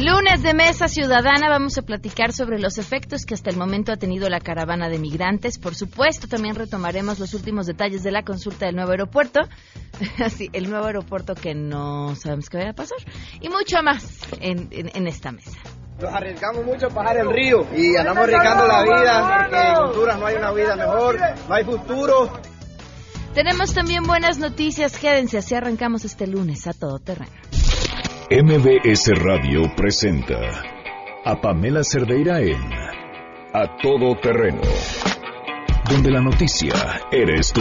Lunes de Mesa Ciudadana, vamos a platicar sobre los efectos que hasta el momento ha tenido la caravana de migrantes. Por supuesto, también retomaremos los últimos detalles de la consulta del nuevo aeropuerto. Así, el nuevo aeropuerto que no sabemos qué vaya a pasar. Y mucho más en esta mesa. Nos arriesgamos mucho a bajar el río y andamos arriesgando la vida porque en Honduras no hay una vida mejor, no hay futuro. Tenemos también buenas noticias, quédense, así arrancamos este lunes a todo terreno. MBS Radio presenta a Pamela Cerdeira en A Todo Terreno, donde la noticia eres tú.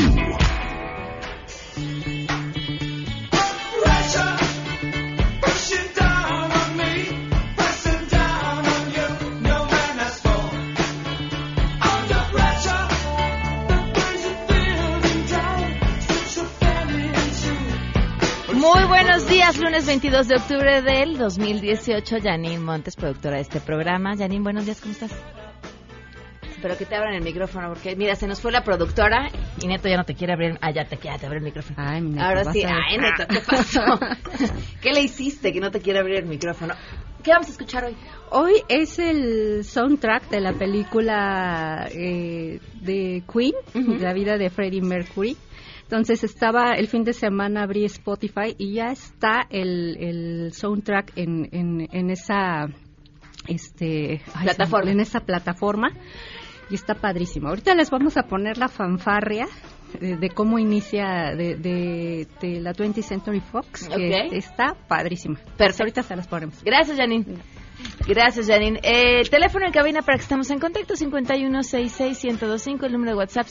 Muy buenos días, lunes 22 de octubre del 2018. Janine Montes, productora de este programa. Janine, buenos días, ¿cómo estás? Espero que te abran el micrófono, porque mira, se nos fue la productora y Neto ya no te quiere abrir. Ya te abre el micrófono. Ay, mi Neto, ahora sí, Neto, ¿qué pasó? ¿Qué le hiciste que no te quiere abrir el micrófono? ¿Qué vamos a escuchar hoy? Hoy es el soundtrack de la película de Queen, La vida de Freddie Mercury. Entonces el fin de semana abrí Spotify y ya está el soundtrack en esa plataforma. En esa plataforma y está padrísimo. Ahorita les vamos a poner la fanfarria de cómo inicia de la 20th Century Fox, que está padrísima. Perfecto. Ahorita se las ponemos. Gracias, Janine. Gracias, Janine. El teléfono en cabina para que estemos en contacto, 5166-1025, el número de WhatsApp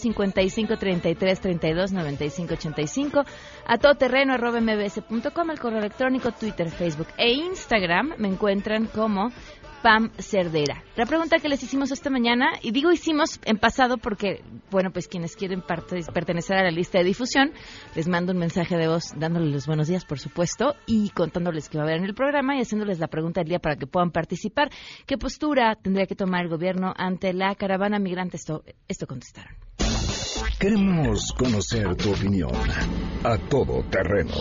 5533329585, a todoterreno@mbs.com, el correo electrónico, Twitter, Facebook e Instagram me encuentran como Pam Cerdeira. La pregunta que les hicimos esta mañana, y digo hicimos en pasado porque, bueno, pues quienes quieren pertenecer a la lista de difusión, les mando un mensaje de voz dándoles los buenos días, por supuesto, y contándoles que va a haber en el programa y haciéndoles la pregunta del día para que puedan participar. ¿Qué postura tendría que tomar el gobierno ante la caravana migrante? Esto contestaron. Queremos conocer tu opinión. A Todo Terreno.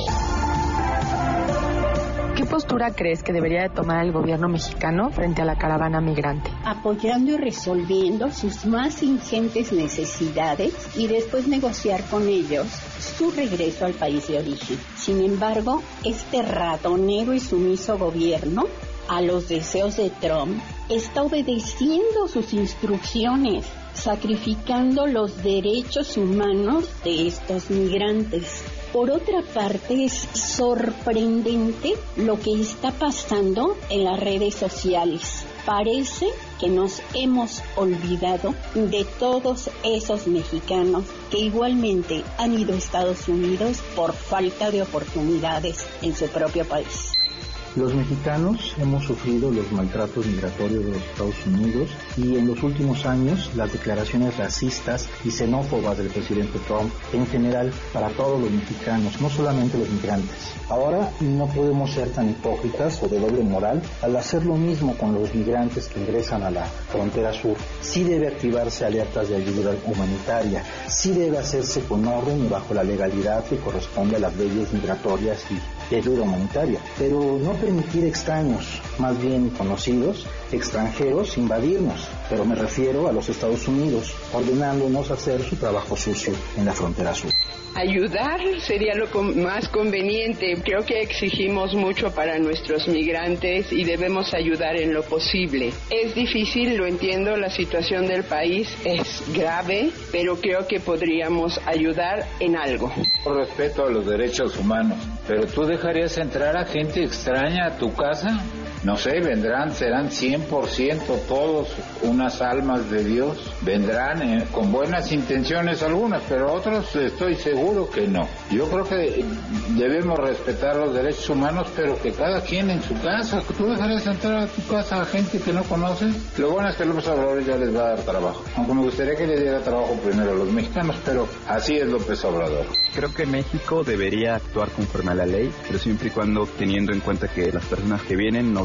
¿Qué postura crees que debería de tomar el gobierno mexicano frente a la caravana migrante? Apoyando y resolviendo sus más ingentes necesidades y después negociar con ellos su regreso al país de origen. Sin embargo, este ratonero y sumiso gobierno, a los deseos de Trump, está obedeciendo sus instrucciones, sacrificando los derechos humanos de estos migrantes. Por otra parte, es sorprendente lo que está pasando en las redes sociales. Parece que nos hemos olvidado de todos esos mexicanos que igualmente han ido a Estados Unidos por falta de oportunidades en su propio país. Los mexicanos hemos sufrido los maltratos migratorios de los Estados Unidos y en los últimos años las declaraciones racistas y xenófobas del presidente Trump en general para todos los mexicanos, no solamente los migrantes. Ahora no podemos ser tan hipócritas o de doble moral al hacer lo mismo con los migrantes que ingresan a la frontera sur. Sí debe activarse alertas de ayuda humanitaria, sí debe hacerse con orden y bajo la legalidad que corresponde a las leyes migratorias y de ayuda humanitaria, pero no permitir extraños, más bien conocidos, extranjeros, invadirnos, pero me refiero a los Estados Unidos, ordenándonos hacer su trabajo sucio en la frontera sur. Ayudar sería lo más conveniente. Creo que exigimos mucho para nuestros migrantes y debemos ayudar en lo posible. Es difícil, lo entiendo, la situación del país es grave, pero creo que podríamos ayudar en algo. Respeto a los derechos humanos, pero ¿tú dejarías entrar a gente extraña a tu casa? No sé, serán 100% todos unas almas de Dios. Vendrán con buenas intenciones algunas, pero otros estoy seguro que no. Yo creo que debemos respetar los derechos humanos, pero que cada quien en su casa. ¿Tú dejarías entrar a tu casa a gente que no conoces? Lo bueno es que López Obrador ya les va a dar trabajo. Aunque me gustaría que le diera trabajo primero a los mexicanos, pero así es López Obrador. Creo que México debería actuar conforme a la ley, pero siempre y cuando teniendo en cuenta que las personas que vienen no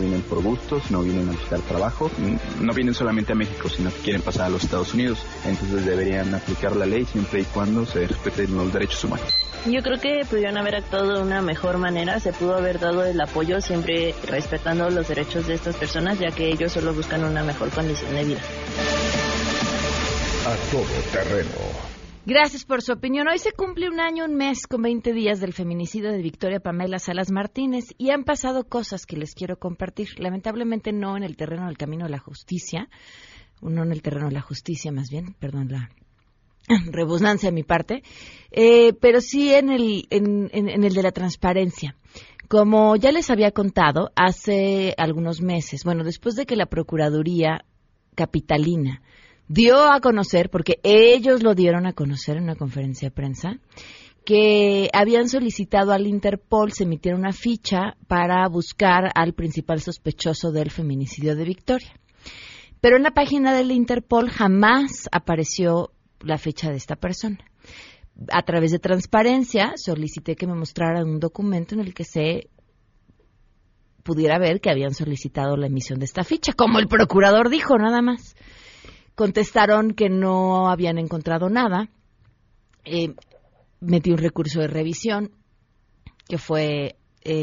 vienen por gustos, no vienen a buscar trabajo, no vienen solamente a México, sino que quieren pasar a los Estados Unidos. Entonces deberían aplicar la ley siempre y cuando se respeten los derechos humanos. Yo creo que pudieron haber actuado de una mejor manera, se pudo haber dado el apoyo siempre respetando los derechos de estas personas, ya que ellos solo buscan una mejor condición de vida. A todo terreno. Gracias por su opinión. Hoy se cumple un mes con 20 días del feminicidio de Victoria Pamela Salas Martínez y han pasado cosas que les quiero compartir. Lamentablemente no en el terreno del camino de la justicia, no en el terreno de la justicia más bien, perdón la redundancia de mi parte, pero sí en el de la transparencia. Como ya les había contado hace algunos meses, después de que la Procuraduría Capitalina dio a conocer, porque ellos lo dieron a conocer en una conferencia de prensa, que habían solicitado al Interpol se emitiera una ficha para buscar al principal sospechoso del feminicidio de Victoria. Pero en la página del Interpol jamás apareció la fecha de esta persona. A través de transparencia solicité que me mostraran un documento en el que se pudiera ver que habían solicitado la emisión de esta ficha, como el procurador dijo, nada más. Contestaron que no habían encontrado nada. Metí un recurso de revisión que fue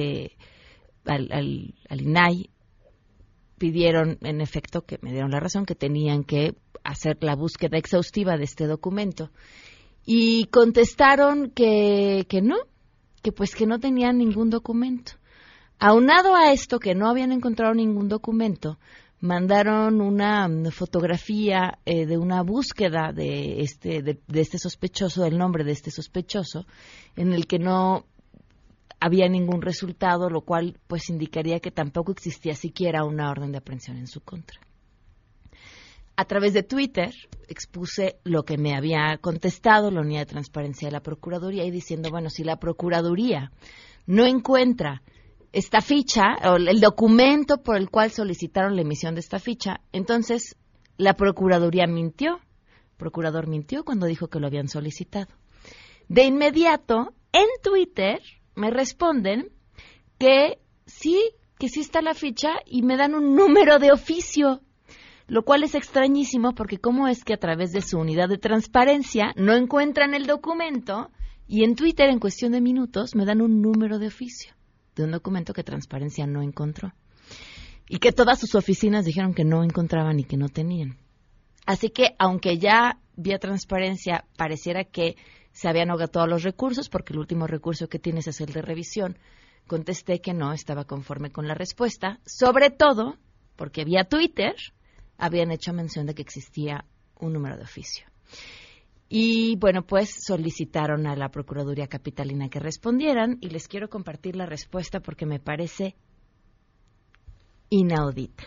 al INAI. Pidieron, en efecto, que me dieron la razón, que tenían que hacer la búsqueda exhaustiva de este documento. Y contestaron que no, que no tenían ningún documento. Aunado a esto, que no habían encontrado ningún documento, mandaron una fotografía de una búsqueda de este sospechoso, del nombre de este sospechoso, en el que no había ningún resultado, lo cual pues indicaría que tampoco existía siquiera una orden de aprehensión en su contra. A través de Twitter expuse lo que me había contestado la Unidad de Transparencia de la Procuraduría y diciendo, si la Procuraduría no encuentra esta ficha o el documento por el cual solicitaron la emisión de esta ficha, entonces la Procuraduría mintió. El procurador mintió cuando dijo que lo habían solicitado. De inmediato, en Twitter me responden que sí está la ficha y me dan un número de oficio, lo cual es extrañísimo porque cómo es que a través de su unidad de transparencia no encuentran el documento y en Twitter en cuestión de minutos me dan un número de oficio de un documento que Transparencia no encontró y que todas sus oficinas dijeron que no encontraban y que no tenían. Así que aunque ya vía Transparencia pareciera que se habían agotado los recursos, porque el último recurso que tienes es el de revisión, contesté que no estaba conforme con la respuesta, sobre todo porque vía Twitter habían hecho mención de que existía un número de oficio. Y pues solicitaron a la Procuraduría Capitalina que respondieran y les quiero compartir la respuesta porque me parece inaudita.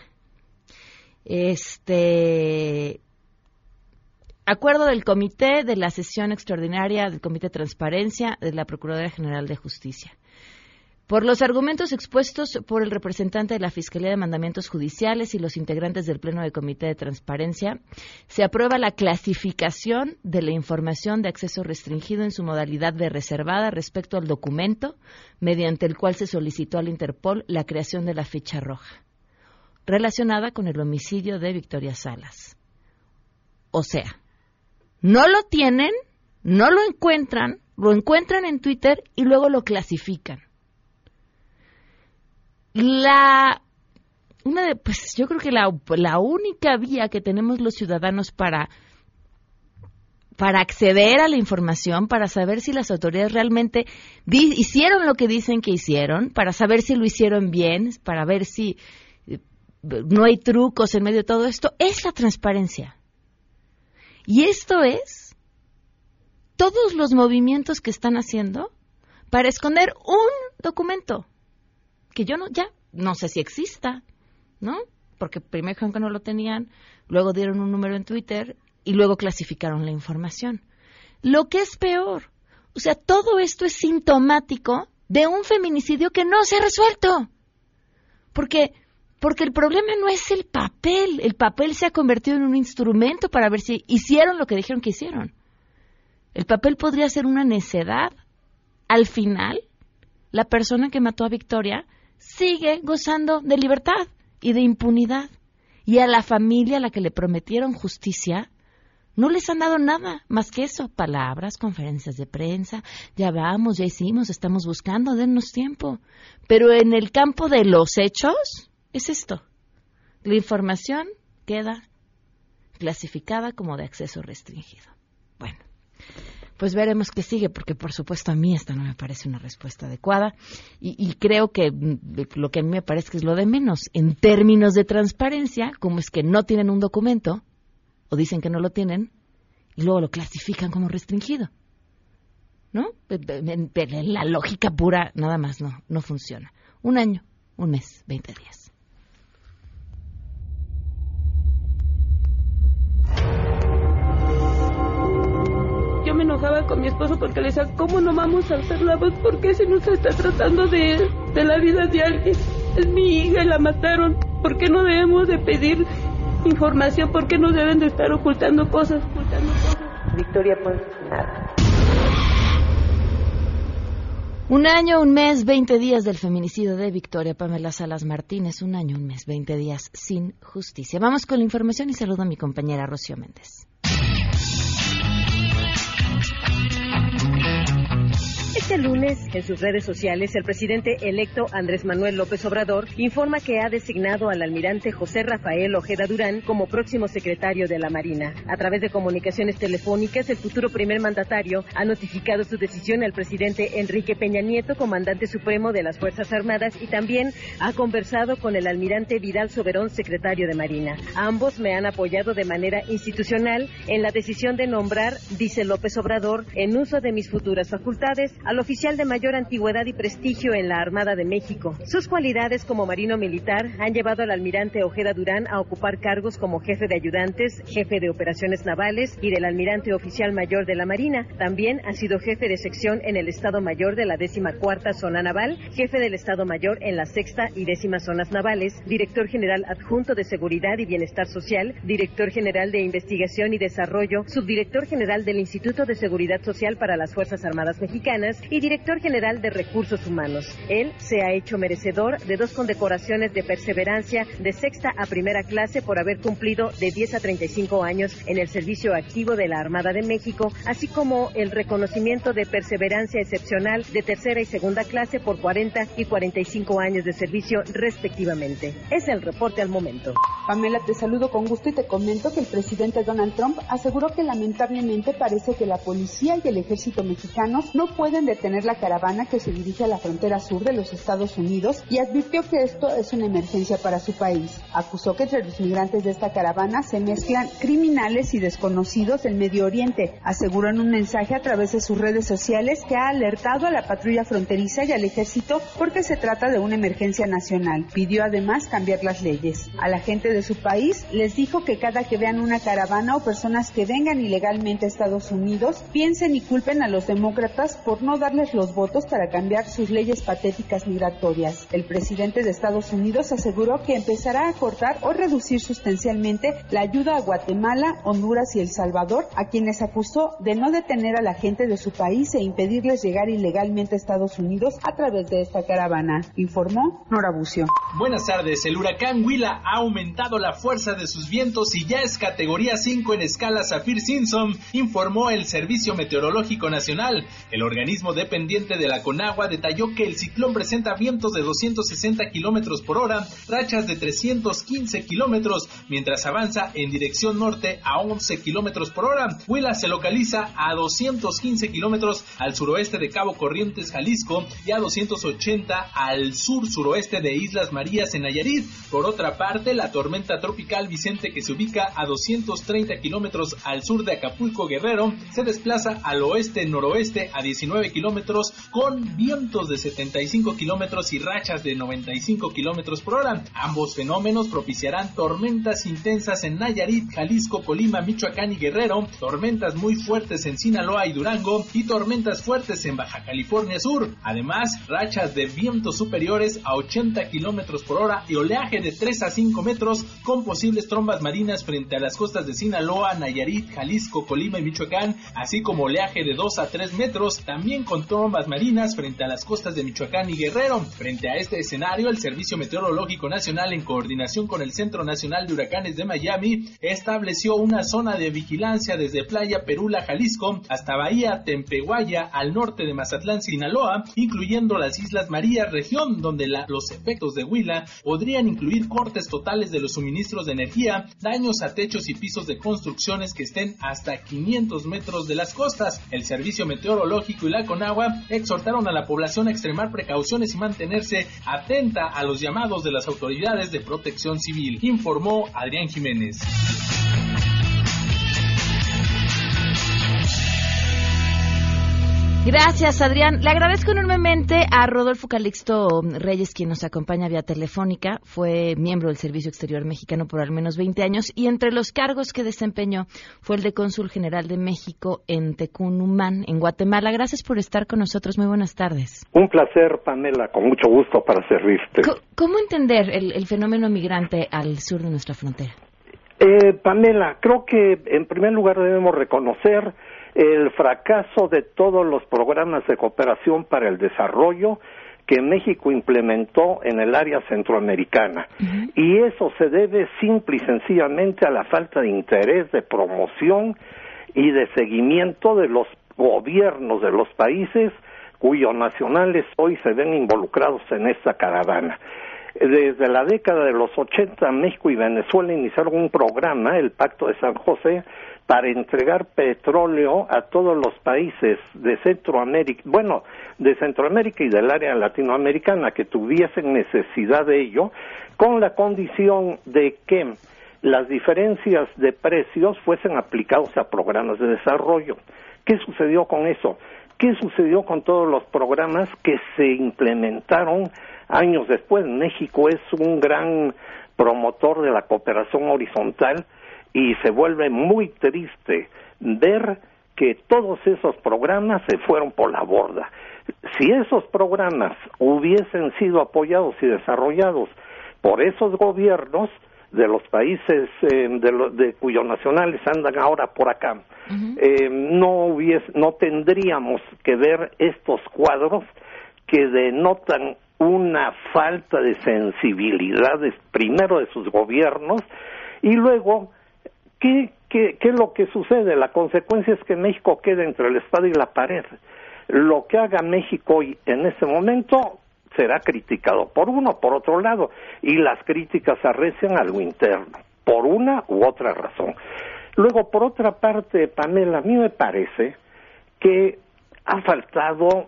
Acuerdo del comité de la sesión extraordinaria del Comité de Transparencia de la Procuraduría General de Justicia. Por los argumentos expuestos por el representante de la Fiscalía de Mandamientos Judiciales y los integrantes del Pleno del Comité de Transparencia, se aprueba la clasificación de la información de acceso restringido en su modalidad de reservada respecto al documento mediante el cual se solicitó al Interpol la creación de la ficha roja, relacionada con el homicidio de Victoria Salas. O sea, no lo tienen, no lo encuentran en Twitter y luego lo clasifican. Yo creo que la única vía que tenemos los ciudadanos para acceder a la información, para saber si las autoridades realmente hicieron lo que dicen que hicieron, para saber si lo hicieron bien, para ver si no hay trucos en medio de todo esto, es la transparencia. Y esto es todos los movimientos que están haciendo para esconder un documento que yo no sé si exista, ¿no? Porque primero dijeron que no lo tenían, luego dieron un número en Twitter y luego clasificaron la información. Lo que es peor, todo esto es sintomático de un feminicidio que no se ha resuelto. Porque el problema no es el papel se ha convertido en un instrumento para ver si hicieron lo que dijeron que hicieron. El papel podría ser una necedad. Al final, la persona que mató a Victoria sigue gozando de libertad y de impunidad. Y a la familia a la que le prometieron justicia, no les han dado nada más que eso, palabras, conferencias de prensa, ya vamos, ya hicimos, estamos buscando, dennos tiempo. Pero en el campo de los hechos, es esto. La información queda clasificada como de acceso restringido. Bueno, pues veremos qué sigue, porque por supuesto a mí esta no me parece una respuesta adecuada y creo que lo que a mí me parece que es lo de menos. En términos de transparencia, como es que no tienen un documento, o dicen que no lo tienen, y luego lo clasifican como restringido, ¿no? En la lógica pura nada más no funciona. 1 año, 1 mes, 20 días. Yo me enojaba con mi esposo porque le decía, ¿cómo no vamos a alzar la voz? ¿Por qué se nos está tratando de la vida de alguien? Es mi hija y la mataron. ¿Por qué no debemos de pedir información? ¿Por qué no deben de estar ocultando cosas? Victoria, pues nada. 1 año, 1 mes, 20 días del feminicidio de Victoria Pamela Salas Martínez. 1 año, 1 mes, 20 días sin justicia. Vamos con la información y saludo a mi compañera Rocío Méndez. Este lunes, en sus redes sociales, el presidente electo Andrés Manuel López Obrador informa que ha designado al almirante José Rafael Ojeda Durán como próximo secretario de la Marina. A través de comunicaciones telefónicas, el futuro primer mandatario ha notificado su decisión al presidente Enrique Peña Nieto, comandante supremo de las Fuerzas Armadas, y también ha conversado con el almirante Vidal Soberón, secretario de Marina. Ambos me han apoyado de manera institucional en la decisión de nombrar, dice López Obrador, en uso de mis futuras facultades, al oficial de mayor antigüedad y prestigio en la Armada de México. Sus cualidades como marino militar han llevado al almirante Ojeda Durán a ocupar cargos como jefe de ayudantes, jefe de operaciones navales y del almirante oficial mayor de la Marina. También ha sido jefe de sección en el Estado Mayor de la 14ª Zona Naval, jefe del Estado Mayor en la 6ª y 10ª Zonas Navales, director general adjunto de Seguridad y Bienestar Social, director general de Investigación y Desarrollo, subdirector general del Instituto de Seguridad Social para las Fuerzas Armadas Mexicanas y director general de Recursos Humanos. Él se ha hecho merecedor de 2 condecoraciones de perseverancia de 6ª a 1ª clase por haber cumplido de 10 a 35 años en el servicio activo de la Armada de México, así como el reconocimiento de perseverancia excepcional de 3ª y 2ª clase por 40 y 45 años de servicio respectivamente. Es el reporte al momento. Pamela, te saludo con gusto y te comento que el presidente Donald Trump aseguró que lamentablemente parece que la policía y el ejército mexicanos no pueden detener la caravana que se dirige a la frontera sur de los Estados Unidos y advirtió que esto es una emergencia para su país. Acusó que entre los migrantes de esta caravana se mezclan criminales y desconocidos del Medio Oriente. Aseguró en un mensaje a través de sus redes sociales que ha alertado a la patrulla fronteriza y al ejército porque se trata de una emergencia nacional. Pidió además cambiar las leyes. A la gente de su país les dijo que cada que vean una caravana o personas que vengan ilegalmente a Estados Unidos, piensen y culpen a los demócratas por no darles los votos para cambiar sus leyes patéticas migratorias. El presidente de Estados Unidos aseguró que empezará a cortar o reducir sustancialmente la ayuda a Guatemala, Honduras y El Salvador, a quienes acusó de no detener a la gente de su país e impedirles llegar ilegalmente a Estados Unidos a través de esta caravana, informó Nora Bucio. Buenas tardes. El huracán Willa ha aumentado la fuerza de sus vientos y ya es categoría 5 en escala Saffir-Simpson, informó el Servicio Meteorológico Nacional. El organismo dependiente de la Conagua detalló que el ciclón presenta vientos de 260 kilómetros por hora, rachas de 315 kilómetros, mientras avanza en dirección norte a 11 kilómetros por hora. Willa se localiza a 215 kilómetros al suroeste de Cabo Corrientes, Jalisco, y a 280 al sur-suroeste de Islas Marías, en Nayarit. Por otra parte, la tormenta tropical Vicente, que se ubica a 230 kilómetros al sur de Acapulco, Guerrero, se desplaza al oeste-noroeste a 19 kilómetros con vientos de 75 kilómetros y rachas de 95 kilómetros por hora. Ambos fenómenos propiciarán tormentas intensas en Nayarit, Jalisco, Colima, Michoacán y Guerrero, tormentas muy fuertes en Sinaloa y Durango y tormentas fuertes en Baja California Sur. Además, rachas de vientos superiores a 80 kilómetros por hora y oleaje de 3 a 5 metros con posibles trombas marinas frente a las costas de Sinaloa, Nayarit, Jalisco, Colima y Michoacán, así como oleaje de 2 a 3 metros, también con trombas marinas frente a las costas de Michoacán y Guerrero. Frente a este escenario, el Servicio Meteorológico Nacional, en coordinación con el Centro Nacional de Huracanes de Miami, estableció una zona de vigilancia desde Playa Perula, Jalisco, hasta Bahía Tempehuaya, al norte de Mazatlán, Sinaloa, incluyendo las Islas Marías, región donde los efectos de Huila podrían incluir cortes totales de los suministros de energía, daños a techos y pisos de construcciones que estén hasta 500 metros de las costas. El Servicio Meteorológico y la Conagua exhortaron a la población a extremar precauciones y mantenerse atenta a los llamados de las autoridades de protección civil, informó Adrián Jiménez. Gracias, Adrián. Le agradezco enormemente a Rodolfo Calixto Reyes, quien nos acompaña vía telefónica. Fue miembro del Servicio Exterior Mexicano por al menos 20 años y entre los cargos que desempeñó fue el de Cónsul General de México en Tecunumán, en Guatemala. Gracias por estar con nosotros. Muy buenas tardes. Un placer, Pamela. Con mucho gusto para servirte. ¿Cómo entender el fenómeno migrante al sur de nuestra frontera? Pamela, creo que en primer lugar debemos reconocer el fracaso de todos los programas de cooperación para el desarrollo que México implementó en el área centroamericana. Uh-huh. Y eso se debe simple y sencillamente a la falta de interés, de promoción y de seguimiento de los gobiernos de los países cuyos nacionales hoy se ven involucrados en esta caravana. Desde la década de los 80, México y Venezuela iniciaron un programa, el Pacto de San José, para entregar petróleo a todos los países de Centroamérica, y del área latinoamericana que tuviesen necesidad de ello, con la condición de que las diferencias de precios fuesen aplicados a programas de desarrollo. ¿Qué sucedió con eso? ¿Qué sucedió con todos los programas que se implementaron años después? México es un gran promotor de la cooperación horizontal y se vuelve muy triste ver que todos esos programas se fueron por la borda. Si esos programas hubiesen sido apoyados y desarrollados por esos gobiernos de los países de cuyos nacionales andan ahora por acá, no tendríamos que ver estos cuadros que denotan una falta de sensibilidad primero de sus gobiernos y luego ¿qué es lo que sucede? La consecuencia es que México queda entre la espada y la pared. Lo que haga México hoy en este momento será criticado por uno, por otro lado, y las críticas arrecian a lo interno, por una u otra razón. Luego, por otra parte, Pamela, a mí me parece que ha faltado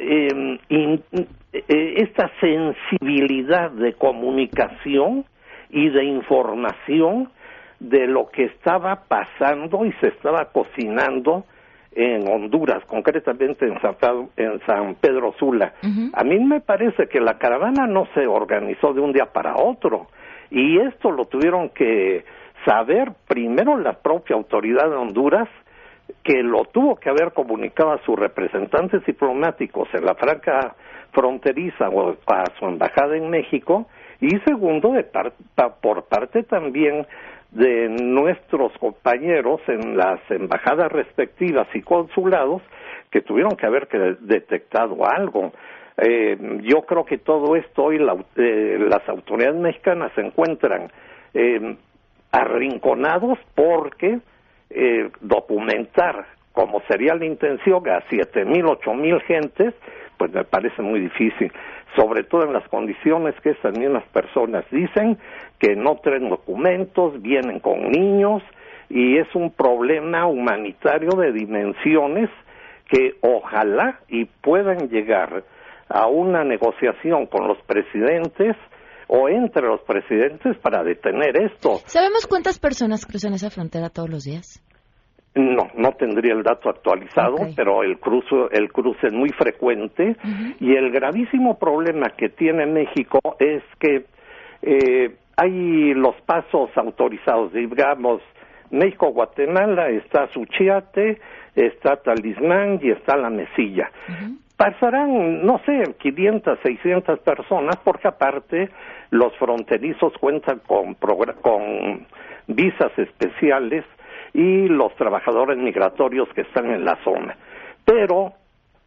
esta sensibilidad de comunicación y de información de lo que estaba pasando y se estaba cocinando en Honduras, concretamente en San Pedro Sula. Uh-huh. A mí me parece que la caravana no se organizó de un día para otro, y esto lo tuvieron que saber primero la propia autoridad de Honduras, que lo tuvo que haber comunicado a sus representantes diplomáticos en la franja fronteriza o a su embajada en México, y segundo, por parte también de nuestros compañeros en las embajadas respectivas y consulados, que tuvieron que haber detectado algo. Yo creo que todo esto hoy las autoridades mexicanas se encuentran arrinconados porque documentar como sería la intención a 7,000, 8,000 gentes, pues me parece muy difícil, sobre todo en las condiciones que estas mismas personas dicen, que no traen documentos, vienen con niños, y es un problema humanitario de dimensiones que ojalá y puedan llegar a una negociación con los presidentes o entre los presidentes para detener esto. ¿Sabemos cuántas personas cruzan esa frontera todos los días? No tendría el dato actualizado, okay, pero el cruce es muy frecuente, y el gravísimo problema que tiene México es que hay los pasos autorizados, digamos, México-Guatemala, está Suchiate, está Talismán y está La Mesilla. Pasarán, no sé, 500, 600 personas, porque aparte los fronterizos cuentan con visas especiales y los trabajadores migratorios que están en la zona. Pero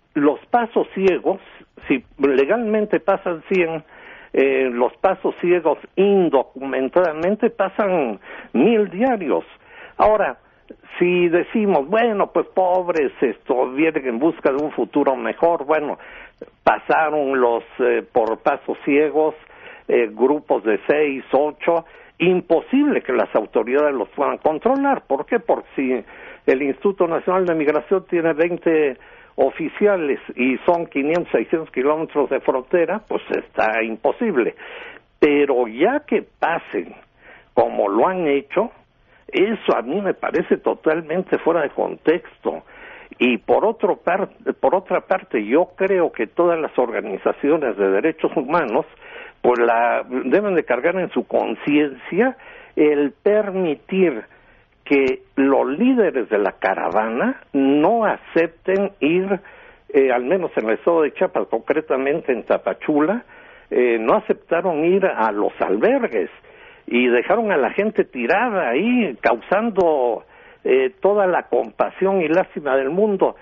los pasos ciegos, si legalmente pasan 100, los pasos ciegos indocumentadamente pasan 1000 diarios. Ahora, si decimos, bueno, pues pobres, vienen en busca de un futuro mejor, bueno, pasaron los por pasos ciegos, grupos de 6, 8, imposible que las autoridades los puedan controlar. ¿Por qué? Porque si el Instituto Nacional de Migración tiene 20 oficiales y son 500, 600 kilómetros de frontera, pues está imposible. Pero ya que pasen como lo han hecho, eso a mí me parece totalmente fuera de contexto. Y por otra parte, yo creo que todas las organizaciones de derechos humanos pues deben de cargar en su conciencia el permitir que los líderes de la caravana no acepten ir, al menos en el estado de Chiapas, concretamente en Tapachula, no aceptaron ir a los albergues y dejaron a la gente tirada ahí, causando toda la compasión y lástima del mundo.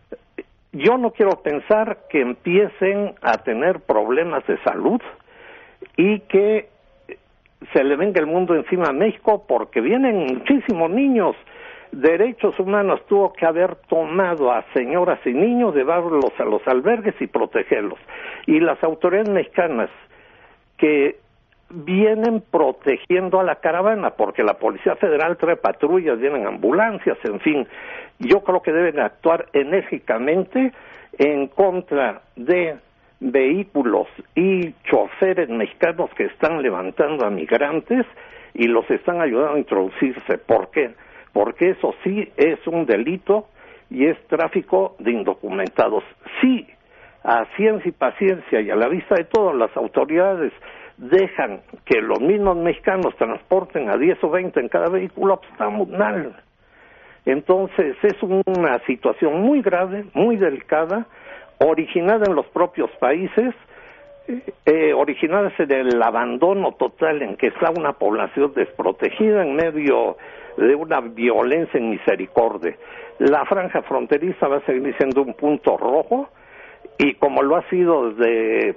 Yo no quiero pensar que empiecen a tener problemas de salud y que se le venga el mundo encima a México, porque vienen muchísimos niños. Derechos Humanos tuvo que haber tomado a señoras y niños, llevarlos a los albergues y protegerlos. Y las autoridades mexicanas que vienen protegiendo a la caravana, porque la Policía Federal trae patrullas, vienen ambulancias, en fin, yo creo que deben actuar enérgicamente en contra de vehículos y choferes mexicanos que están levantando a migrantes y los están ayudando a introducirse. ¿Por qué? Porque eso sí es un delito y es tráfico de indocumentados. Sí, a ciencia y paciencia y a la vista de todas las autoridades dejan que los mismos mexicanos transporten a 10 o 20 en cada vehículo, pues estamos mal. Entonces es una situación muy grave, muy delicada, originada en los propios países, originadas en el abandono total en que está una población desprotegida en medio de una violencia en misericordia. La franja fronteriza va a seguir siendo un punto rojo, y como lo ha sido desde,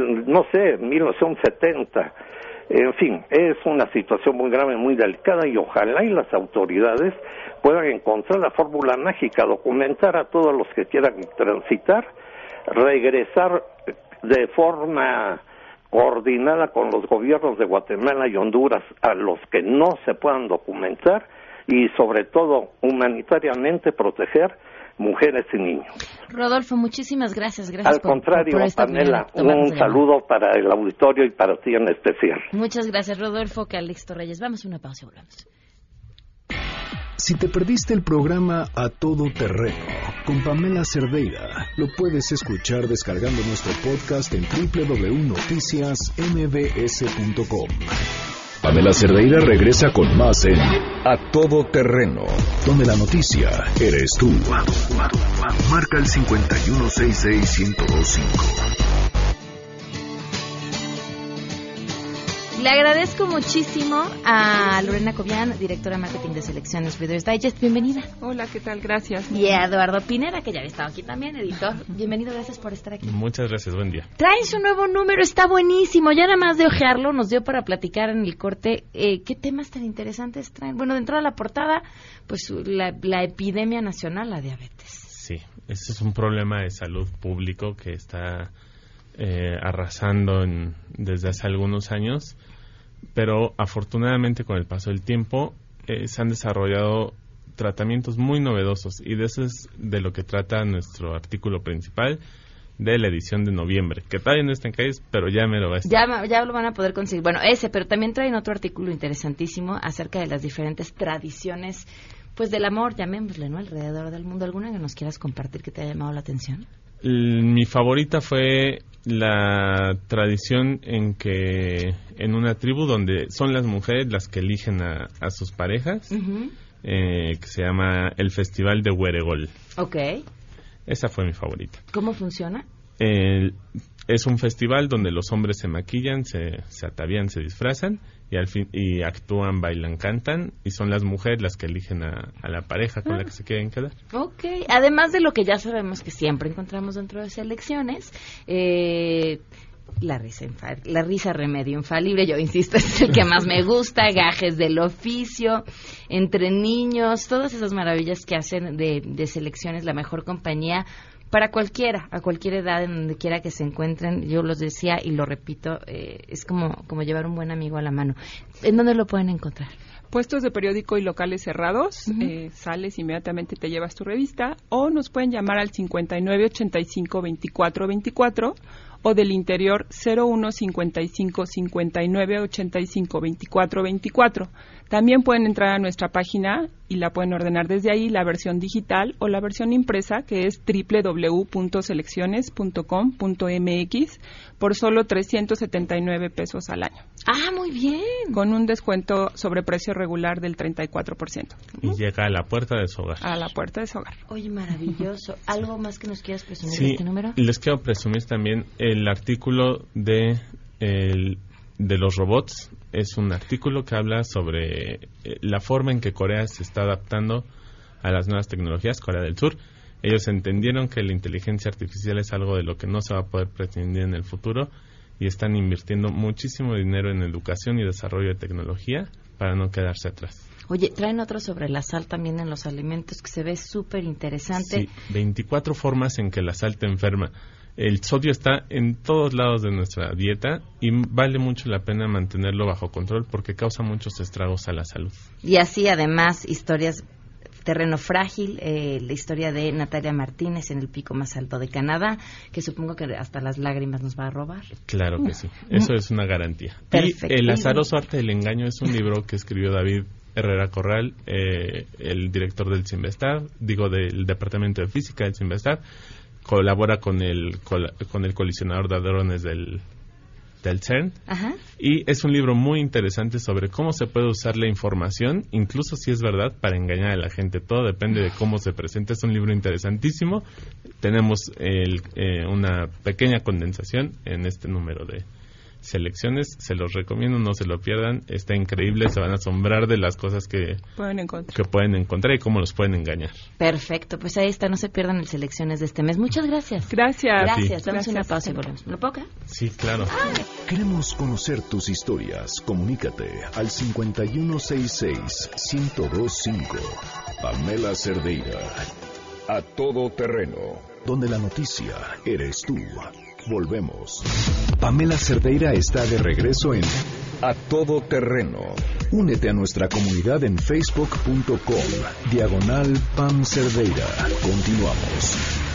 1970, en fin, es una situación muy grave, muy delicada, y ojalá y las autoridades puedan encontrar la fórmula mágica, documentar a todos los que quieran transitar, regresar de forma coordinada con los gobiernos de Guatemala y Honduras a los que no se puedan documentar, y sobre todo humanitariamente proteger mujeres y niños. Rodolfo, muchísimas gracias. Al contrario, Pamela, un saludo para el auditorio y para ti en especial. Muchas gracias, Rodolfo. Calixto Reyes. Vamos a una pausa y volvemos. Si te perdiste el programa A Todo Terreno con Pamela Cerdeira, lo puedes escuchar descargando nuestro podcast en www.noticiasmbs.com. Pamela Cerdeira regresa con más en A Todo Terreno, donde la noticia eres tú. Marca el 5166125. Le agradezco muchísimo a Lorena Cobian, directora de marketing de Selecciones Reader's Digest. Bienvenida. Hola, ¿qué tal? Gracias. Y a Eduardo Pineda, que ya había estado aquí también, editor. Bienvenido, gracias por estar aquí. Muchas gracias, buen día. Traen su nuevo número, está buenísimo. Ya nada más de ojearlo nos dio para platicar en el corte. ¿Qué temas tan interesantes traen? Bueno, dentro de la portada, pues la epidemia nacional, la diabetes. Sí, ese es un problema de salud público que está arrasando desde hace algunos años, pero afortunadamente con el paso del tiempo se han desarrollado tratamientos muy novedosos, y de eso es de lo que trata nuestro artículo principal de la edición de noviembre, que todavía no está en calles, pero ya me lo va a estar. Ya lo van a poder conseguir. Bueno, pero también traen otro artículo interesantísimo acerca de las diferentes tradiciones, pues del amor, llamémosle, ¿no? Alrededor del mundo. ¿Alguna que nos quieras compartir que te haya llamado la atención? Mi favorita fue la tradición en que en una tribu donde son las mujeres las que eligen a sus parejas, que se llama el Festival de Hueregol. Ok. Esa fue mi favorita. ¿Cómo funciona? es un festival donde los hombres se maquillan, se atavían, se disfrazan y actúan, bailan, cantan, y son las mujeres las que eligen a la pareja con la que se quieren quedar. Ok, además de lo que ya sabemos que siempre encontramos dentro de selecciones, la risa remedio infalible, yo insisto, es el que más me gusta, gajes del oficio, entre niños, todas esas maravillas que hacen de selecciones la mejor compañía para cualquiera, a cualquier edad, en donde quiera que se encuentren. Yo los decía y lo repito, es como llevar un buen amigo a la mano. ¿En dónde lo pueden encontrar? Puestos de periódico y locales cerrados, sales inmediatamente, te llevas tu revista, o nos pueden llamar al 5985-2424, o del interior 0155-5985-2424. También pueden entrar a nuestra página y la pueden ordenar desde ahí, la versión digital o la versión impresa, que es www.selecciones.com.mx, por solo 379 pesos al año. ¡Ah, muy bien! Con un descuento sobre precio regular del 34%. Y llega a la puerta de su hogar. A la puerta de su hogar. Oye, maravilloso. ¿Algo más que nos quieras presumir sí, de este número? Les quiero presumir también el artículo de los robots. Es un artículo que habla sobre la forma en que Corea se está adaptando a las nuevas tecnologías, Corea del Sur. Ellos entendieron que la inteligencia artificial es algo de lo que no se va a poder prescindir en el futuro y están invirtiendo muchísimo dinero en educación y desarrollo de tecnología para no quedarse atrás. Oye, traen otro sobre la sal también en los alimentos que se ve súper interesante. Sí, 24 formas en que la sal te enferma. El sodio está en todos lados de nuestra dieta y vale mucho la pena mantenerlo bajo control porque causa muchos estragos a la salud. Y así, además, historias, terreno frágil, la historia de Natalia Martínez en el pico más alto de Canadá, que supongo que hasta las lágrimas nos va a robar. Claro que sí, eso es una garantía. Perfecto. Y El azaroso arte del engaño es un libro que escribió David Herrera Corral, el director del del Departamento de Física del CIMBESTAB. Colabora con el colisionador de hadrones del CERN. Ajá. Y es un libro muy interesante sobre cómo se puede usar la información, incluso si es verdad, para engañar a la gente. Todo depende de cómo se presenta. Es un libro interesantísimo. Tenemos una pequeña condensación en este número de selecciones. Se los recomiendo, no se lo pierdan. Está increíble, se van a asombrar de las cosas que pueden encontrar y cómo los pueden engañar. Perfecto, pues ahí está, no se pierdan el selecciones de este mes. Muchas gracias. Gracias. Damos una pausa y volvemos. ¿Me lo puedo quedar? Sí, claro. Queremos conocer tus historias. Comunícate al 5166-1025. Pamela Cerdeira. A todo terreno. Donde la noticia eres tú. Volvemos. Pamela Cerdeira está de regreso en A Todo Terreno. Únete a nuestra comunidad en facebook.com/Pam Cerdeira. Continuamos.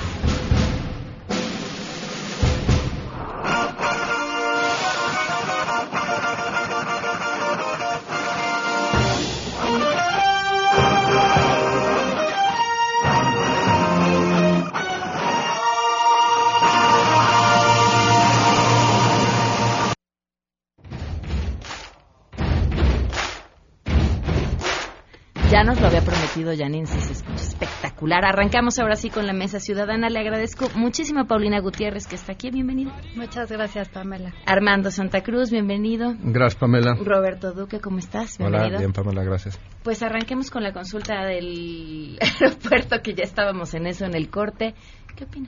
Ya nos lo había prometido Janine, se escucha espectacular. Arrancamos ahora sí con la Mesa Ciudadana. Le agradezco muchísimo a Paulina Gutiérrez, que está aquí. Bienvenida. Muchas gracias, Pamela. Armando Santa Cruz, bienvenido. Gracias, Pamela. Roberto Duque, ¿cómo estás? Bienvenido. Hola, bien, Pamela, gracias. Pues arranquemos con la consulta del aeropuerto, que ya estábamos en eso, en el corte. ¿Qué opina?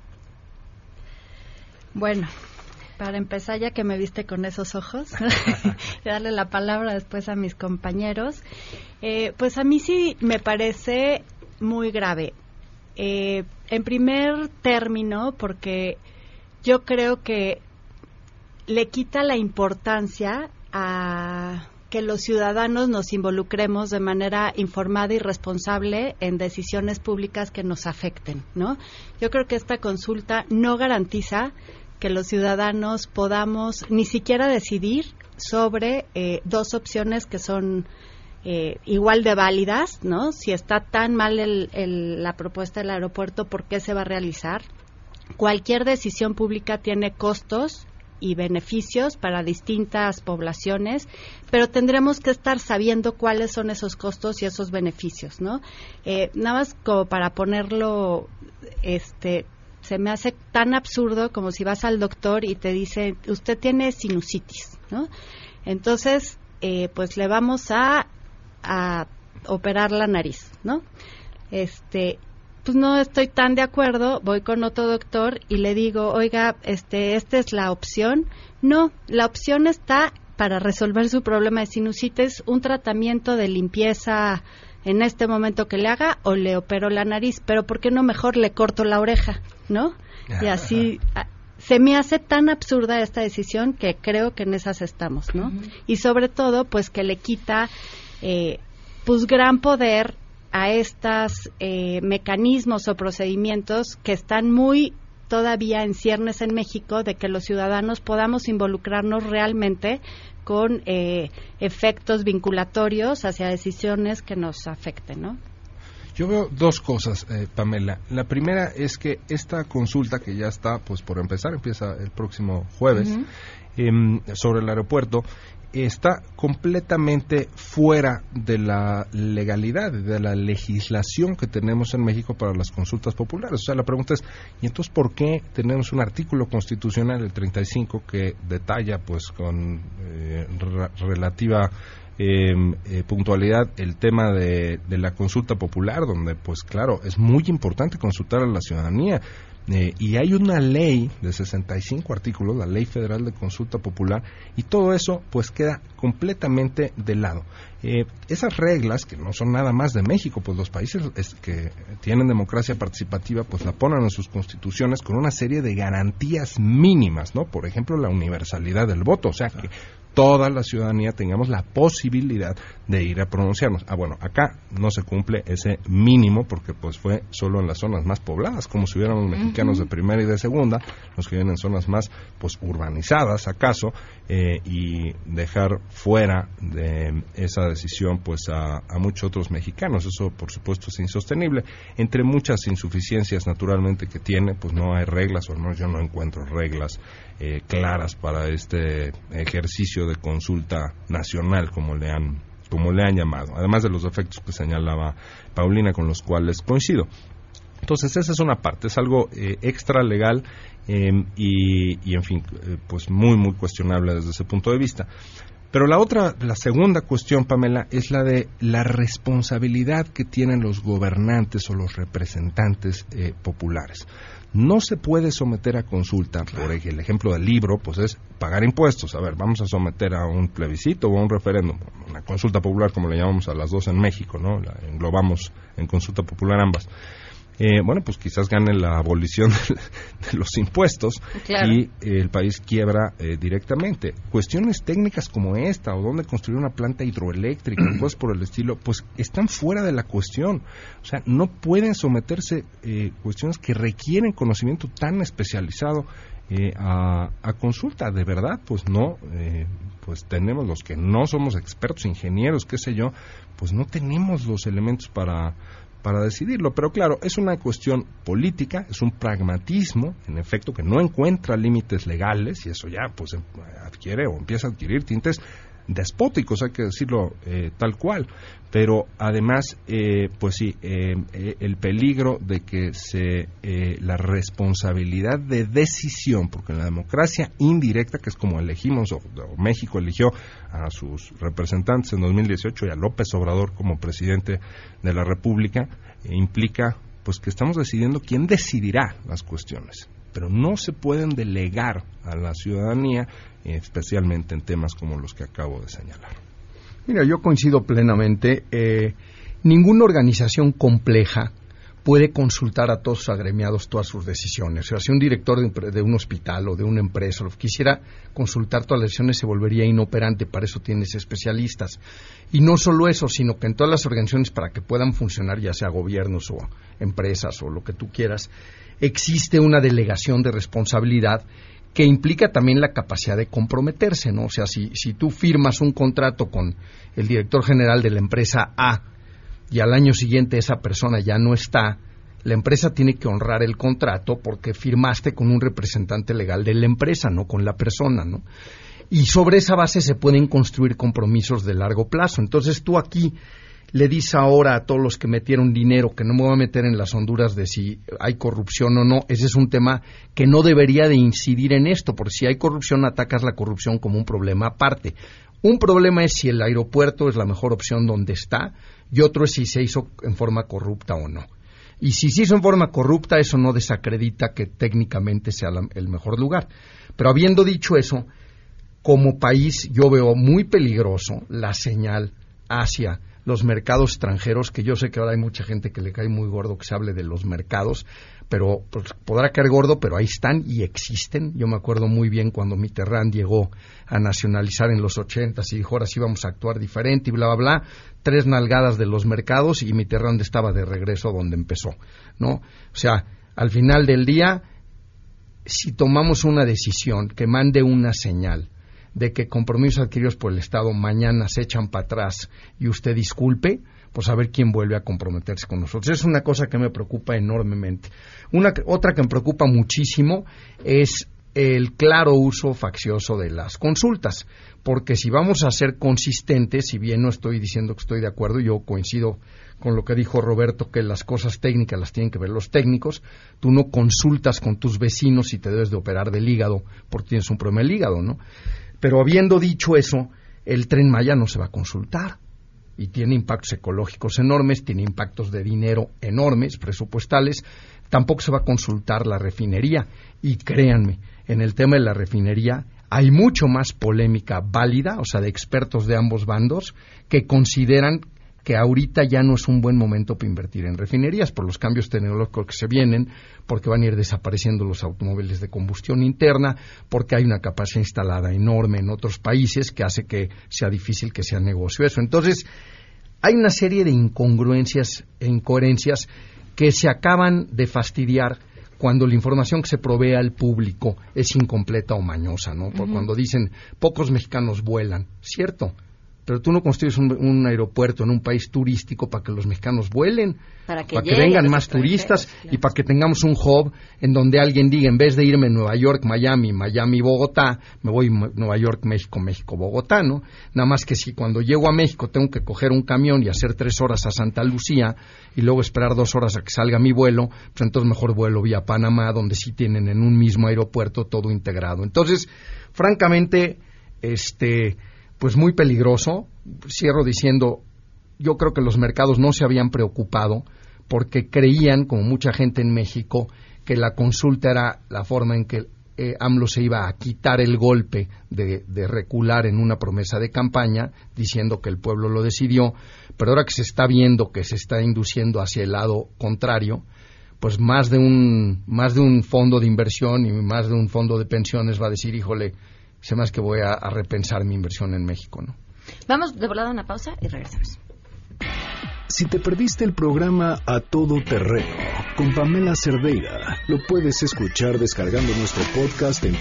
Bueno, para empezar, ya que me viste con esos ojos, darle la palabra después a mis compañeros. Pues a mí sí me parece muy grave. En primer término, porque yo creo que le quita la importancia a que los ciudadanos nos involucremos de manera informada y responsable en decisiones públicas que nos afecten, ¿no? Yo creo que esta consulta no garantiza que los ciudadanos podamos ni siquiera decidir sobre dos opciones que son igual de válidas, ¿no? Si está tan mal la propuesta del aeropuerto, ¿por qué se va a realizar? Cualquier decisión pública tiene costos y beneficios para distintas poblaciones, pero tendremos que estar sabiendo cuáles son esos costos y esos beneficios, ¿no? Nada más como para ponerlo, se me hace tan absurdo como si vas al doctor y te dice, usted tiene sinusitis, ¿no? Entonces, pues le vamos a operar la nariz, ¿no? Pues no estoy tan de acuerdo, voy con otro doctor y le digo, oiga, esta es la opción. No, la opción está para resolver su problema de sinusitis, un tratamiento de limpieza en este momento que le haga o le opero la nariz, pero ¿por qué no mejor le corto la oreja, ¿no? Y así se me hace tan absurda esta decisión que creo que en esas estamos, ¿no? Y sobre todo, pues que le quita pues gran poder a estos mecanismos o procedimientos que están muy todavía en ciernes en México, de que los ciudadanos podamos involucrarnos realmente con efectos vinculatorios hacia decisiones que nos afecten, ¿no? Yo veo dos cosas, Pamela. La primera es que esta consulta, que ya está, pues por empezar, empieza el próximo jueves, sobre el aeropuerto, está completamente fuera de la legalidad, de la legislación que tenemos en México para las consultas populares. O sea, la pregunta es, ¿y entonces por qué tenemos un artículo constitucional, el 35, que detalla, pues, con relativa puntualidad el tema de la consulta popular, donde, pues claro, es muy importante consultar a la ciudadanía? Y hay una ley de 65 artículos, la Ley Federal de Consulta Popular, y todo eso pues queda completamente de lado. Esas reglas, que no son nada más de México, pues los países que tienen democracia participativa pues la ponen en sus constituciones con una serie de garantías mínimas, ¿no? Por ejemplo, la universalidad del voto, o sea, que toda la ciudadanía tengamos la posibilidad de ir a pronunciarnos. Bueno, acá no se cumple ese mínimo porque pues fue solo en las zonas más pobladas, como si hubieran los mexicanos de primera y de segunda, los que viven en zonas más pues urbanizadas, acaso, y dejar fuera de esa decisión pues a muchos otros mexicanos. Eso por supuesto es insostenible. Entre muchas insuficiencias naturalmente que tiene, pues no hay reglas, o no, yo no encuentro reglas claras para este ejercicio de consulta nacional, como le han llamado, además de los efectos que señalaba Paulina, con los cuales coincido. Entonces esa es una parte, es algo extra legal y en fin, pues muy muy cuestionable desde ese punto de vista. Pero la segunda cuestión, Pamela, es la de la responsabilidad que tienen los gobernantes o los representantes populares. No se puede someter a consulta, por el ejemplo del libro, pues es pagar impuestos. A ver, vamos a someter a un plebiscito o a un referéndum, una consulta popular, como le llamamos a las dos en México, ¿no? La englobamos en consulta popular ambas. Bueno, pues quizás gane la abolición de los impuestos, claro, y el país quiebra directamente. Cuestiones técnicas como esta, o dónde construir una planta hidroeléctrica, cosas por el estilo, pues están fuera de la cuestión. O sea, no pueden someterse cuestiones que requieren conocimiento tan especializado a consulta. De verdad, pues no, pues tenemos los que no somos expertos, ingenieros, qué sé yo, pues no tenemos los elementos para decidirlo. Pero claro, es una cuestión política, es un pragmatismo, en efecto, que no encuentra límites legales, y eso ya pues adquiere o empieza a adquirir tintes despóticos, hay que decirlo tal cual. Pero además, pues sí, el peligro de que la responsabilidad de decisión, porque en la democracia indirecta, que es como elegimos, o México eligió a sus representantes en 2018 y a López Obrador como presidente de la República, implica pues que estamos decidiendo quién decidirá las cuestiones, pero no se pueden delegar a la ciudadanía, especialmente en temas como los que acabo de señalar. Mira, yo coincido plenamente. Ninguna organización compleja puede consultar a todos sus agremiados todas sus decisiones. O sea, si un director de un hospital o de una empresa quisiera consultar todas las decisiones, se volvería inoperante. Para eso tienes especialistas. Y no solo eso, sino que en todas las organizaciones, para que puedan funcionar, ya sea gobiernos o empresas o lo que tú quieras, existe una delegación de responsabilidad que implica también la capacidad de comprometerse, ¿no? O sea, si tú firmas un contrato con el director general de la empresa A y al año siguiente esa persona ya no está, la empresa tiene que honrar el contrato porque firmaste con un representante legal de la empresa, no con la persona, ¿no? Y sobre esa base se pueden construir compromisos de largo plazo. Entonces tú aquí le dice ahora a todos los que metieron dinero que no me voy a meter en las honduras de si hay corrupción o no. Ese es un tema que no debería de incidir en esto, porque si hay corrupción, atacas la corrupción como un problema aparte. Un problema es si el aeropuerto es la mejor opción donde está, y otro es si se hizo en forma corrupta o no. Y si se hizo en forma corrupta, eso no desacredita que técnicamente sea el mejor lugar. Pero habiendo dicho eso, como país yo veo muy peligroso la señal hacia los mercados extranjeros, que yo sé que ahora hay mucha gente que le cae muy gordo que se hable de los mercados, pero pues, podrá caer gordo, pero ahí están y existen. Yo me acuerdo muy bien cuando Mitterrand llegó a nacionalizar en los 80s y dijo, ahora sí vamos a actuar diferente y bla, bla, bla. 3 nalgadas de los mercados y Mitterrand estaba de regreso donde empezó, ¿no? O sea, al final del día, si tomamos una decisión que mande una señal de que compromisos adquiridos por el Estado mañana se echan para atrás y usted disculpe, pues a ver quién vuelve a comprometerse con nosotros. Es una cosa que me preocupa enormemente. Otra que me preocupa muchísimo es el claro uso faccioso de las consultas, porque si vamos a ser consistentes, si bien no estoy diciendo que estoy de acuerdo, yo coincido con lo que dijo Roberto, que las cosas técnicas las tienen que ver los técnicos. Tú no consultas con tus vecinos si te debes de operar del hígado porque tienes un problema del hígado, ¿no? Pero habiendo dicho eso, el Tren Maya no se va a consultar y tiene impactos ecológicos enormes, tiene impactos de dinero enormes, presupuestales. Tampoco se va a consultar la refinería y créanme, en el tema de la refinería hay mucho más polémica válida, o sea, de expertos de ambos bandos que consideran que ahorita ya no es un buen momento para invertir en refinerías por los cambios tecnológicos que se vienen, porque van a ir desapareciendo los automóviles de combustión interna, porque hay una capacidad instalada enorme en otros países que hace que sea difícil que sea negocio eso. Entonces, hay una serie de incongruencias e incoherencias que se acaban de fastidiar cuando la información que se provee al público es incompleta o mañosa, ¿no? Porque cuando dicen, pocos mexicanos vuelan, cierto, pero tú no construyes un aeropuerto en un país turístico para que los mexicanos vuelen, para que vengan más turistas y para que tengamos un hub en donde alguien diga, en vez de irme a Nueva York, Miami, Bogotá, me voy a Nueva York, México, Bogotá, ¿no? Nada más que si cuando llego a México tengo que coger un camión y hacer 3 horas a Santa Lucía y luego esperar 2 horas a que salga mi vuelo, pues entonces mejor vuelo vía Panamá, donde sí tienen en un mismo aeropuerto todo integrado. Entonces, francamente, pues muy peligroso. Cierro diciendo, yo creo que los mercados no se habían preocupado porque creían, como mucha gente en México, que la consulta era la forma en que AMLO se iba a quitar el golpe de recular en una promesa de campaña, diciendo que el pueblo lo decidió, pero ahora que se está viendo que se está induciendo hacia el lado contrario, pues más de un fondo de inversión y más de un fondo de pensiones va a decir, híjole, se más que voy a repensar mi inversión en México, ¿no? Vamos de volada a una pausa y regresamos. Si te perdiste el programa A Todo Terreno con Pamela Cerdeira, lo puedes escuchar descargando nuestro podcast en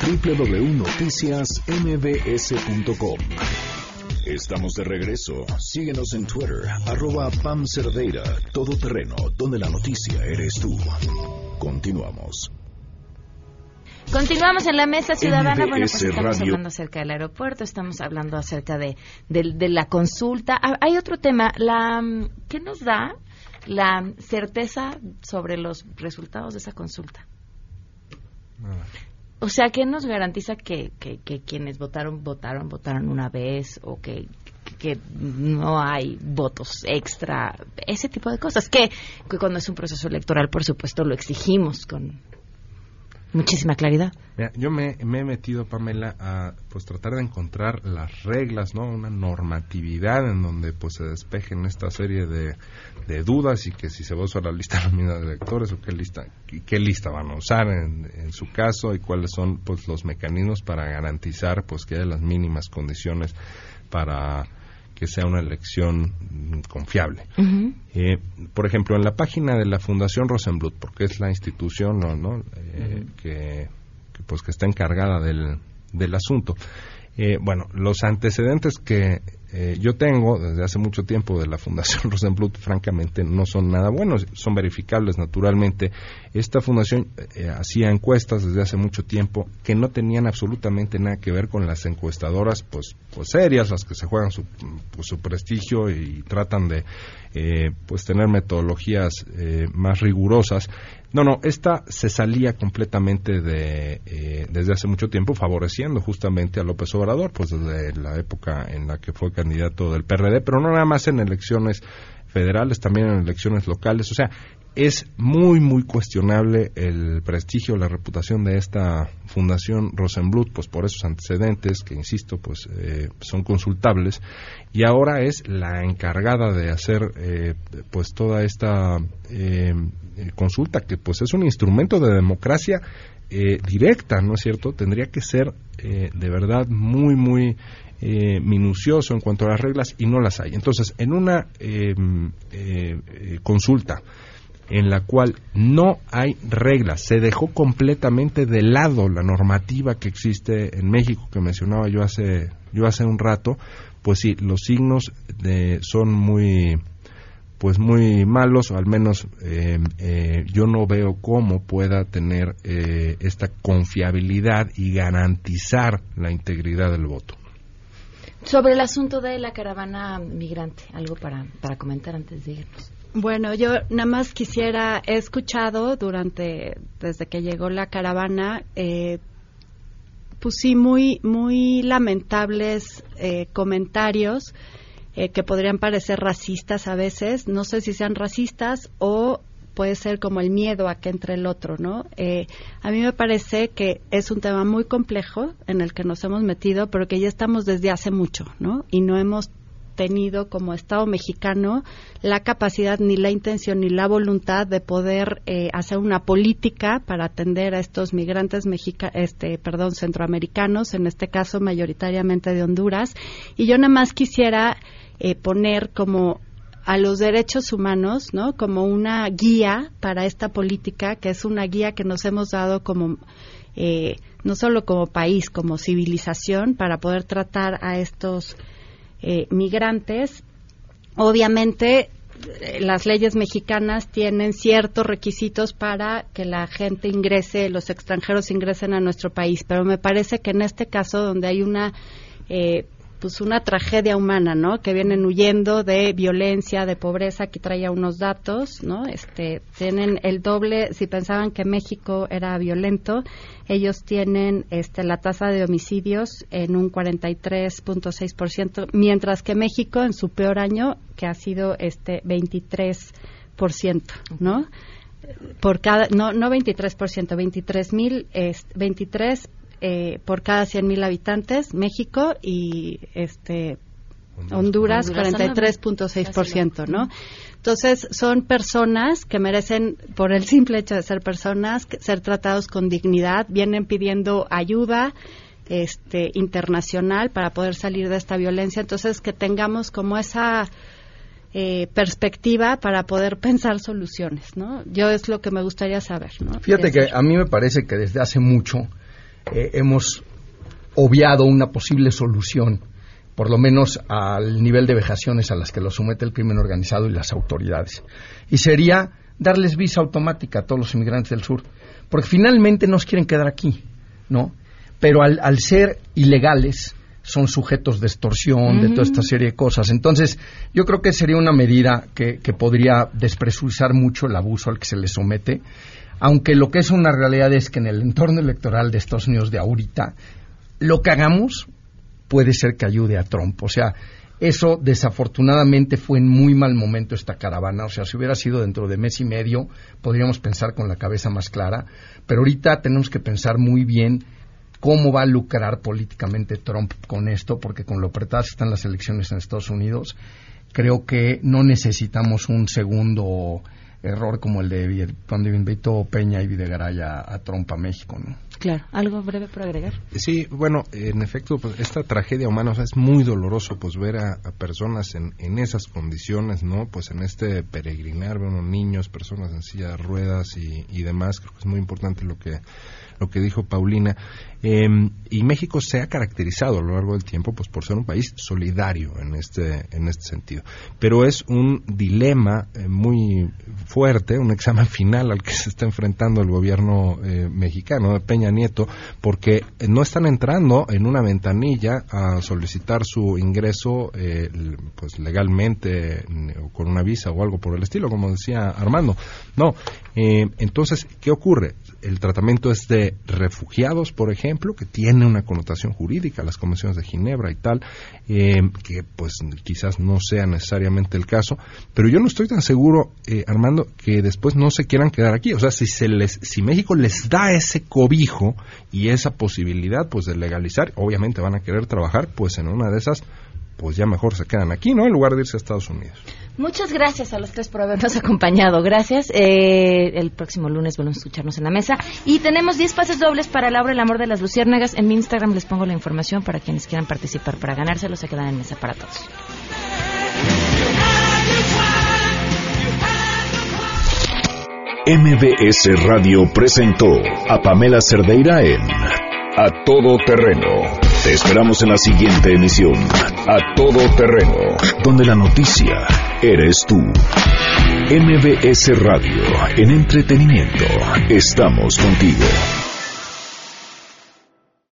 www.noticiasmbs.com. Estamos de regreso. Síguenos en Twitter, @PamCerdeira, Todo Terreno, donde la noticia eres tú. Continuamos. Continuamos en la mesa ciudadana. MBS Bueno, pues estamos Radio. hablando acerca del aeropuerto, estamos hablando acerca de la consulta. Hay otro tema, ¿qué nos da la certeza sobre los resultados de esa consulta? O sea, ¿qué nos garantiza que quienes votaron una vez o que no hay votos extra? Ese tipo de cosas que cuando es un proceso electoral, por supuesto, lo exigimos con muchísima claridad. Mira, yo me he metido, Pamela, a pues tratar de encontrar las reglas, ¿no? Una normatividad en donde pues se despejen esta serie de dudas y que si se va a usar la lista nominal de electores o qué lista van a usar en su caso y cuáles son pues los mecanismos para garantizar pues que haya las mínimas condiciones para que sea una elección confiable. Uh-huh. Por ejemplo, en la página de la Fundación Rosenbluth, porque es la institución que está encargada del asunto, bueno, los antecedentes que yo tengo desde hace mucho tiempo de la Fundación Rosenbluth, francamente no son nada buenos, son verificables naturalmente. Esta fundación hacía encuestas desde hace mucho tiempo que no tenían absolutamente nada que ver con las encuestadoras pues serias, las que se juegan su prestigio y tratan de pues tener metodologías más rigurosas. No, esta se salía completamente desde hace mucho tiempo, favoreciendo justamente a López Obrador, pues desde la época en la que fue candidato del PRD, pero no nada más en elecciones federales, también en elecciones locales. O sea, es muy, muy cuestionable el prestigio, la reputación de esta Fundación Rosenbluth, pues por esos antecedentes que, insisto, pues son consultables, y ahora es la encargada de hacer pues toda esta consulta, que pues es un instrumento de democracia directa, ¿no es cierto? Tendría que ser de verdad muy, muy minucioso en cuanto a las reglas, y no las hay. Entonces, en una consulta en la cual no hay reglas, se dejó completamente de lado la normativa que existe en México, que mencionaba yo hace un rato, pues sí, los signos son muy malos, o al menos yo no veo cómo pueda tener esta confiabilidad y garantizar la integridad del voto. Sobre el asunto de la caravana migrante, algo para comentar antes de irnos. Bueno, yo nada más he escuchado desde que llegó la caravana, pues sí, muy, muy lamentables comentarios que podrían parecer racistas a veces. No sé si sean racistas o puede ser como el miedo a que entre el otro, ¿no? A mí me parece que es un tema muy complejo en el que nos hemos metido, pero que ya estamos desde hace mucho, ¿no? Y no hemos tenido como Estado mexicano la capacidad, ni la intención, ni la voluntad de poder hacer una política para atender a estos migrantes centroamericanos, en este caso mayoritariamente de Honduras. Y yo nada más quisiera poner como a los derechos humanos, ¿no?, como una guía para esta política, que es una guía que nos hemos dado como no solo como país, como civilización, para poder tratar a estos migrantes. Obviamente las leyes mexicanas tienen ciertos requisitos para que la gente ingrese, los extranjeros ingresen a nuestro país, pero me parece que en este caso, donde hay una tragedia humana, ¿no?, que vienen huyendo de violencia, de pobreza. Aquí traía unos datos, ¿no? Tienen el doble. Si pensaban que México era violento, ellos tienen la tasa de homicidios en un 43.6%, mientras que México en su peor año, que ha sido 23%, ¿no? Por cada, no 23%, 23 por cada 100,000 habitantes, México, y Honduras 43.6%, ¿no? Entonces, son personas que merecen, por el simple hecho de ser personas, ser tratados con dignidad. Vienen pidiendo ayuda internacional para poder salir de esta violencia. Entonces, que tengamos como esa perspectiva para poder pensar soluciones, ¿no? Yo es lo que me gustaría saber, ¿no? Fíjate que a mí me parece que desde hace mucho hemos obviado una posible solución, por lo menos al nivel de vejaciones a las que lo somete el crimen organizado y las autoridades, y sería darles visa automática a todos los inmigrantes del sur, porque finalmente nos quieren quedar aquí, ¿no? Pero al ser ilegales son sujetos de extorsión, de toda esta serie de cosas. Entonces, yo creo que sería una medida que podría despresurizar mucho el abuso al que se les somete, aunque lo que es una realidad es que en el entorno electoral de Estados Unidos de ahorita, lo que hagamos puede ser que ayude a Trump. O sea, eso desafortunadamente fue en muy mal momento esta caravana. O sea, si hubiera sido dentro de mes y medio, podríamos pensar con la cabeza más clara, pero ahorita tenemos que pensar muy bien cómo va a lucrar políticamente Trump con esto, porque con lo apretadas que están las elecciones en Estados Unidos, creo que no necesitamos un segundo error como el de cuando invitó Peña y Videgaray a Trump a México, ¿no? Claro, ¿algo breve por agregar? Sí, bueno, en efecto, pues esta tragedia humana, o sea, es muy doloroso pues ver a personas en esas condiciones, ¿no? Pues en este peregrinar, bueno, niños, personas en silla de ruedas y demás. Creo que es muy importante lo que dijo Paulina. Y México se ha caracterizado a lo largo del tiempo pues por ser un país solidario en este sentido. Pero es un dilema muy fuerte, un examen final al que se está enfrentando el gobierno mexicano de Peña Nieto, porque no están entrando en una ventanilla a solicitar su ingreso pues legalmente o con una visa o algo por el estilo, como decía Armando. No. Entonces, ¿qué ocurre? El tratamiento es de refugiados, por ejemplo, que tiene una connotación jurídica, las convenciones de Ginebra y tal, que pues quizás no sea necesariamente el caso, pero yo no estoy tan seguro, Armando, que después no se quieran quedar aquí. O sea, si México les da ese cobijo y esa posibilidad pues de legalizar, obviamente van a querer trabajar, pues en una de esas pues ya mejor se quedan aquí, ¿no? En lugar de irse a Estados Unidos. Muchas gracias a los tres por habernos acompañado. Gracias. El próximo lunes volvemos a escucharnos en la mesa. Y tenemos 10 pases dobles para la obra El amor de las luciérnagas. En mi Instagram les pongo la información para quienes quieran participar. Para ganárselos se quedan en mesa para todos. MBS Radio presentó a Pamela Cerdeira en A Todo Terreno. Te esperamos en la siguiente emisión, A Todo Terreno, donde la noticia eres tú. MBS Radio, en entretenimiento, estamos contigo.